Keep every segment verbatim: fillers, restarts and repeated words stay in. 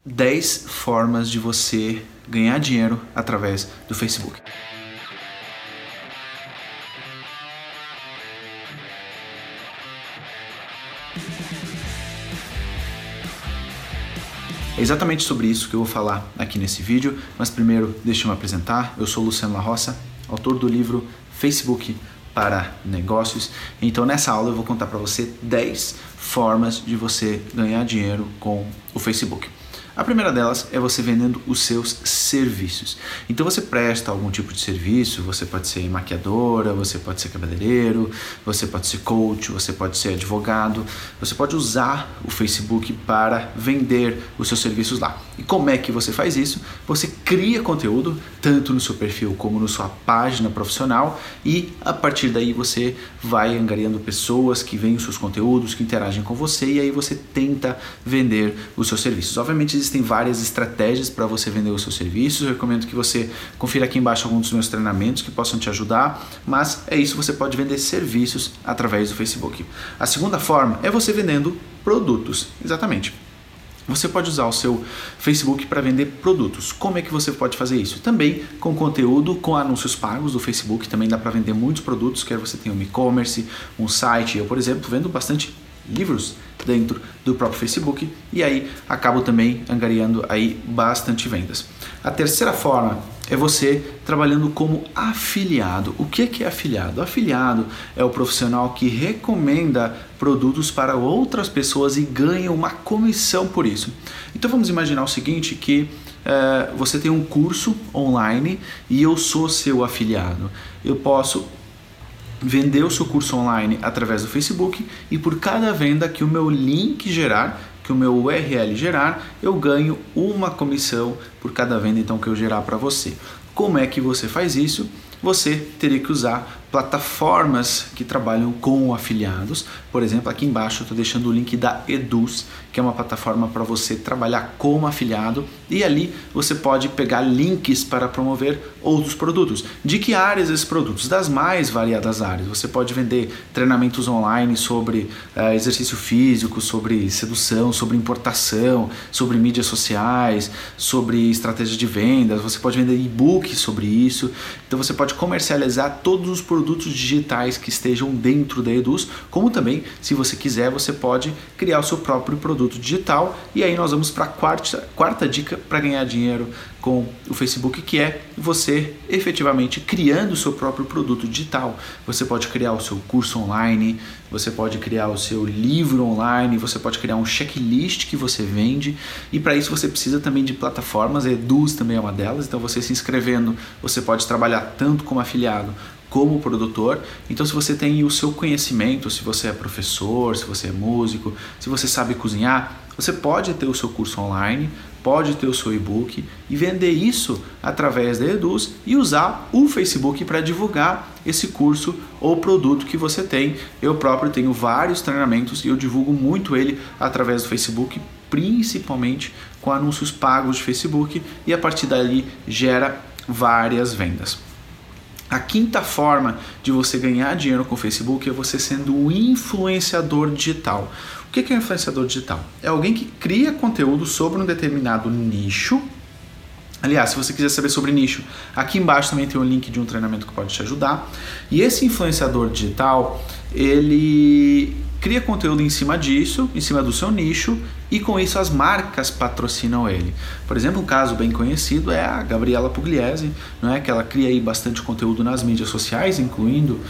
dez formas de você ganhar dinheiro através do Facebook. É exatamente sobre isso que eu vou falar aqui nesse vídeo, mas primeiro deixa eu me apresentar. Eu sou Luciano La Roça, autor do livro Facebook para Negócios. Então nessa aula eu vou contar para você dez formas de você ganhar dinheiro com o Facebook. A primeira delas é você vendendo os seus serviços. Então você presta algum tipo de serviço, você pode ser maquiadora, você pode ser cabeleireiro, você pode ser coach, você pode ser advogado, você pode usar o Facebook para vender os seus serviços lá. E como é que você faz isso? Você cria conteúdo, tanto no seu perfil como na sua página profissional, e a partir daí você vai angariando pessoas que veem os seus conteúdos, que interagem com você, e aí você tenta vender os seus serviços. Obviamente existem várias estratégias para você vender os seus serviços. Eu recomendo que você confira aqui embaixo alguns dos meus treinamentos que possam te ajudar, mas é isso, você pode vender serviços através do Facebook. A segunda forma é você vendendo produtos, exatamente. Você pode usar o seu Facebook para vender produtos. Como é que você pode fazer isso? Também com conteúdo, com anúncios pagos do Facebook, também dá para vender muitos produtos, quer você tenha um e-commerce, um site. Eu, por exemplo, vendo bastante livros dentro do próprio Facebook e aí acabo também angariando aí bastante vendas. A terceira forma é você trabalhando como afiliado. O que é afiliado? Afiliado é o profissional que recomenda produtos para outras pessoas e ganha uma comissão por isso. Então vamos imaginar o seguinte, que uh, você tem um curso online e eu sou seu afiliado. Eu posso vender o seu curso online através do Facebook e por cada venda que o meu link gerar, que o meu U R L gerar, eu ganho uma comissão por cada venda então que eu gerar para você. Como é que você faz isso? Você teria que usar plataformas que trabalham com afiliados. Por exemplo, aqui embaixo eu estou deixando o link da Eduz, que é uma plataforma para você trabalhar como afiliado, e ali você pode pegar links para promover outros produtos. De que áreas esses produtos? Das mais variadas áreas. Você pode vender treinamentos online sobre uh, exercício físico, sobre sedução, sobre importação, sobre mídias sociais, sobre estratégia de vendas. Você pode vender e-books sobre isso. Então você pode comercializar todos os produtos digitais que estejam dentro da Eduz, como também, se você quiser, você pode criar o seu próprio produto digital. E aí nós vamos para a quarta, quarta dica para ganhar dinheiro com o Facebook, que é você efetivamente criando o seu próprio produto digital. Você pode criar o seu curso online, você pode criar o seu livro online, você pode criar um checklist que você vende, e para isso você precisa também de plataformas. A Eduz também é uma delas. Então você se inscrevendo, você pode trabalhar tanto como afiliado como produtor. Então se você tem o seu conhecimento, se você é professor, se você é músico, se você sabe cozinhar, você pode ter o seu curso online, pode ter o seu e-book e vender isso através da Eduz e usar o Facebook para divulgar esse curso ou produto que você tem. Eu próprio tenho vários treinamentos e eu divulgo muito ele através do Facebook, principalmente com anúncios pagos de Facebook, e a partir dali gera várias vendas. A quinta forma de você ganhar dinheiro com o Facebook é você sendo um influenciador digital. O que é um influenciador digital? É alguém que cria conteúdo sobre um determinado nicho. Aliás, se você quiser saber sobre nicho, aqui embaixo também tem um link de um treinamento que pode te ajudar. E esse influenciador digital, ele cria conteúdo em cima disso, em cima do seu nicho, e com isso as marcas patrocinam ele. Por exemplo, um caso bem conhecido é a Gabriela Pugliese, não é? Que ela cria aí bastante conteúdo nas mídias sociais, incluindo uh,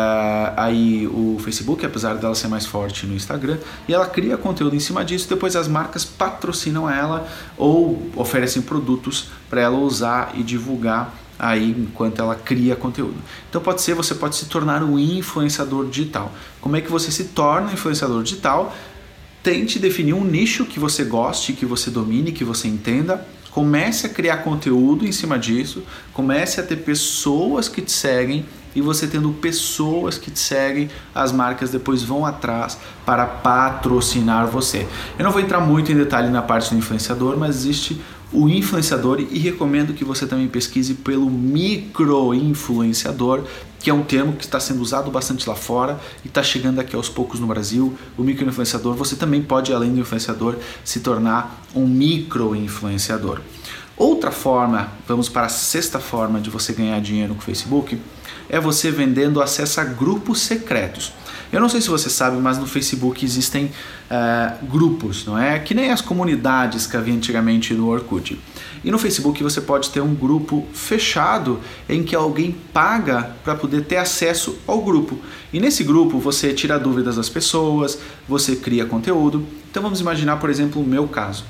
aí o Facebook, apesar dela ser mais forte no Instagram, e ela cria conteúdo em cima disso, depois as marcas patrocinam ela ou oferecem produtos para ela usar e divulgar aí enquanto ela cria conteúdo. Então pode ser, você pode se tornar um influenciador digital. Como é que você se torna um influenciador digital? Tente definir um nicho que você goste, que você domine, que você entenda. Comece a criar conteúdo em cima disso, comece a ter pessoas que te seguem e você tendo pessoas que te seguem, as marcas depois vão atrás para patrocinar você. Eu não vou entrar muito em detalhe na parte do influenciador, mas existe o influenciador e recomendo que você também pesquise pelo micro-influenciador, que é um termo que está sendo usado bastante lá fora e está chegando aqui aos poucos no Brasil. O micro-influenciador, você também pode, além do influenciador, se tornar um micro-influenciador. Outra forma, vamos para a sexta forma de você ganhar dinheiro com o Facebook, é você vendendo acesso a grupos secretos. Eu não sei se você sabe, mas no Facebook existem uh, grupos, não é? Que nem as comunidades que havia antigamente no Orkut. E no Facebook você pode ter um grupo fechado em que alguém paga para poder ter acesso ao grupo. E nesse grupo você tira dúvidas das pessoas, você cria conteúdo. Então vamos imaginar, por exemplo, o meu caso.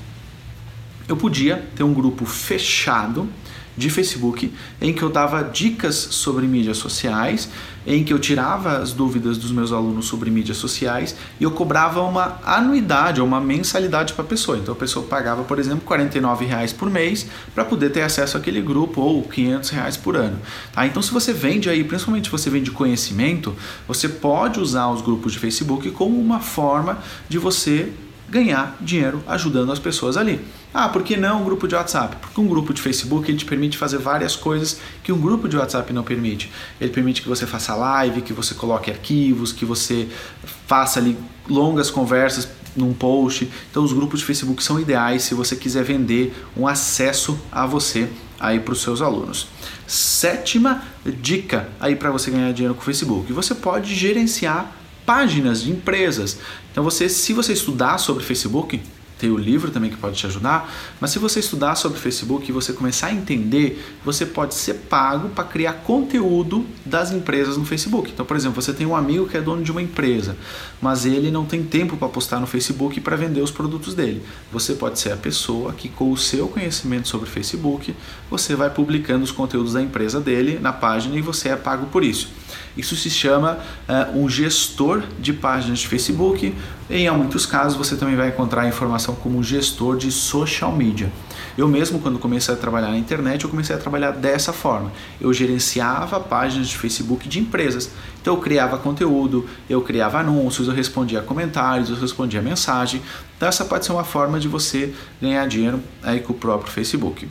Eu podia ter um grupo fechado de Facebook em que eu dava dicas sobre mídias sociais, em que eu tirava as dúvidas dos meus alunos sobre mídias sociais e eu cobrava uma anuidade ou uma mensalidade para a pessoa. Então a pessoa pagava, por exemplo, quarenta e nove reais por mês para poder ter acesso àquele grupo ou quinhentos reais por ano. Tá? Então se você vende aí, principalmente se você vende conhecimento, você pode usar os grupos de Facebook como uma forma de você ganhar dinheiro ajudando as pessoas ali. Ah, por que não um grupo de WhatsApp? Porque um grupo de Facebook ele te permite fazer várias coisas que um grupo de WhatsApp não permite. Ele permite que você faça live, que você coloque arquivos, que você faça ali longas conversas num post. Então os grupos de Facebook são ideais se você quiser vender um acesso a você aí para os seus alunos. Sétima dica aí para você ganhar dinheiro com o Facebook. Você pode gerenciar páginas de empresas. Então você, se você estudar sobre Facebook, tem o livro também que pode te ajudar, mas se você estudar sobre Facebook e você começar a entender, você pode ser pago para criar conteúdo das empresas no Facebook. Então, por exemplo, você tem um amigo que é dono de uma empresa, mas ele não tem tempo para postar no Facebook para vender os produtos dele. Você pode ser a pessoa que, com o seu conhecimento sobre Facebook, você vai publicando os conteúdos da empresa dele na página e você é pago por isso. Isso se chama uh, um gestor de páginas de Facebook. Em muitos casos você também vai encontrar a informação como gestor de social media. Eu mesmo, quando comecei a trabalhar na internet, eu comecei a trabalhar dessa forma. Eu gerenciava páginas de Facebook de empresas. Então eu criava conteúdo, eu criava anúncios, eu respondia comentários, eu respondia mensagem. Então essa pode ser uma forma de você ganhar dinheiro aí com o próprio Facebook.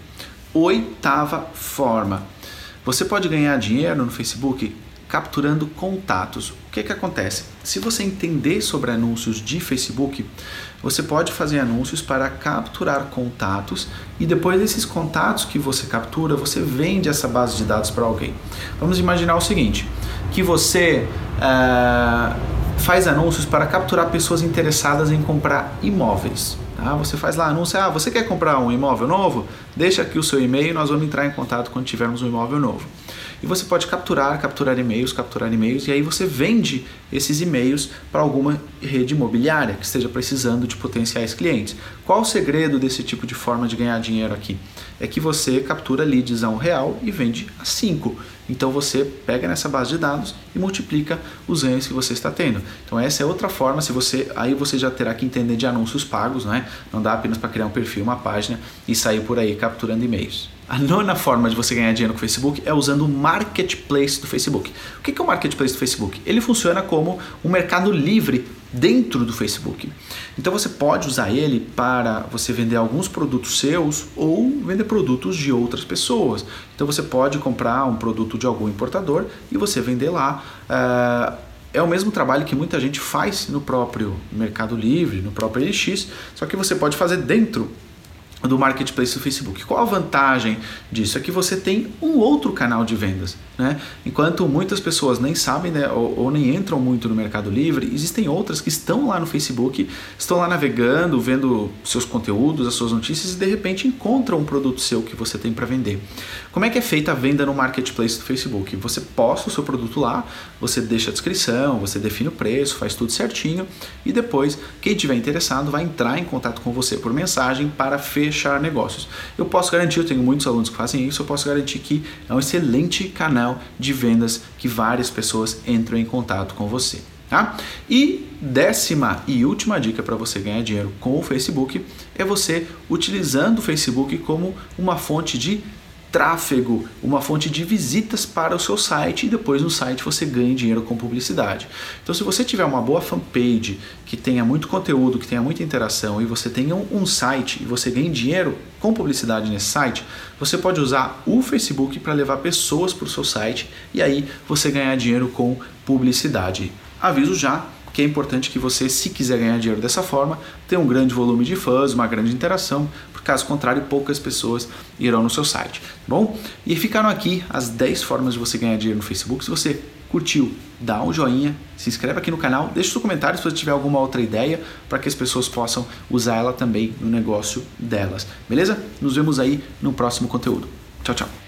Oitava forma. Você pode ganhar dinheiro no Facebook capturando contatos. O que que acontece? Se você entender sobre anúncios de Facebook, você pode fazer anúncios para capturar contatos e depois desses contatos que você captura, você vende essa base de dados para alguém. Vamos imaginar o seguinte, que você uh, faz anúncios para capturar pessoas interessadas em comprar imóveis. Tá? Você faz lá anúncio, ah, você quer comprar um imóvel novo? Deixa aqui o seu e-mail e nós vamos entrar em contato quando tivermos um imóvel novo. E você pode capturar, capturar e-mails, capturar e-mails e aí você vende esses e-mails para alguma rede imobiliária que esteja precisando de potenciais clientes. Qual o segredo desse tipo de forma de ganhar dinheiro aqui? É que você captura leads a um real e vende a cinco. Então você pega nessa base de dados e multiplica os ganhos que você está tendo. Então essa é outra forma, se você, aí você já terá que entender de anúncios pagos, né? Não dá apenas para criar um perfil, uma página e sair por aí capturando e-mails. A nona forma de você ganhar dinheiro com o Facebook é usando o Marketplace do Facebook. O que é o Marketplace do Facebook? Ele funciona como um mercado livre dentro do Facebook. Então você pode usar ele para você vender alguns produtos seus ou vender produtos de outras pessoas. Então você pode comprar um produto de algum importador e você vender lá. Uh, É o mesmo trabalho que muita gente faz no próprio Mercado Livre, no próprio L X, só que você pode fazer dentro do Marketplace do Facebook. Qual a vantagem disso? É que você tem um outro canal de vendas, né? Enquanto muitas pessoas nem sabem, né, ou, ou nem entram muito no Mercado Livre, existem outras que estão lá no Facebook, estão lá navegando, vendo seus conteúdos, as suas notícias e de repente encontram um produto seu que você tem para vender. Como é que é feita a venda no Marketplace do Facebook? Você posta o seu produto lá, você deixa a descrição, você define o preço, faz tudo certinho e depois quem tiver interessado vai entrar em contato com você por mensagem para fechar negócios. Eu posso garantir, eu tenho muitos alunos que fazem isso, eu posso garantir que é um excelente canal de vendas que várias pessoas entram em contato com você. Tá? E décima e última dica para você ganhar dinheiro com o Facebook é você utilizando o Facebook como uma fonte de tráfego, uma fonte de visitas para o seu site, e depois no site você ganha dinheiro com publicidade. Então, se você tiver uma boa fanpage, que tenha muito conteúdo, que tenha muita interação, e você tenha um site e você ganha dinheiro com publicidade nesse site, você pode usar o Facebook para levar pessoas para o seu site e aí você ganhar dinheiro com publicidade. Aviso já que é importante que você, se quiser ganhar dinheiro dessa forma, tenha um grande volume de fãs, uma grande interação, porque caso contrário, poucas pessoas irão no seu site, tá bom? E ficaram aqui as dez formas de você ganhar dinheiro no Facebook. Se você curtiu, dá um joinha, se inscreve aqui no canal, deixa seu comentário se você tiver alguma outra ideia, para que as pessoas possam usar ela também no negócio delas, beleza? Nos vemos aí no próximo conteúdo. Tchau, tchau!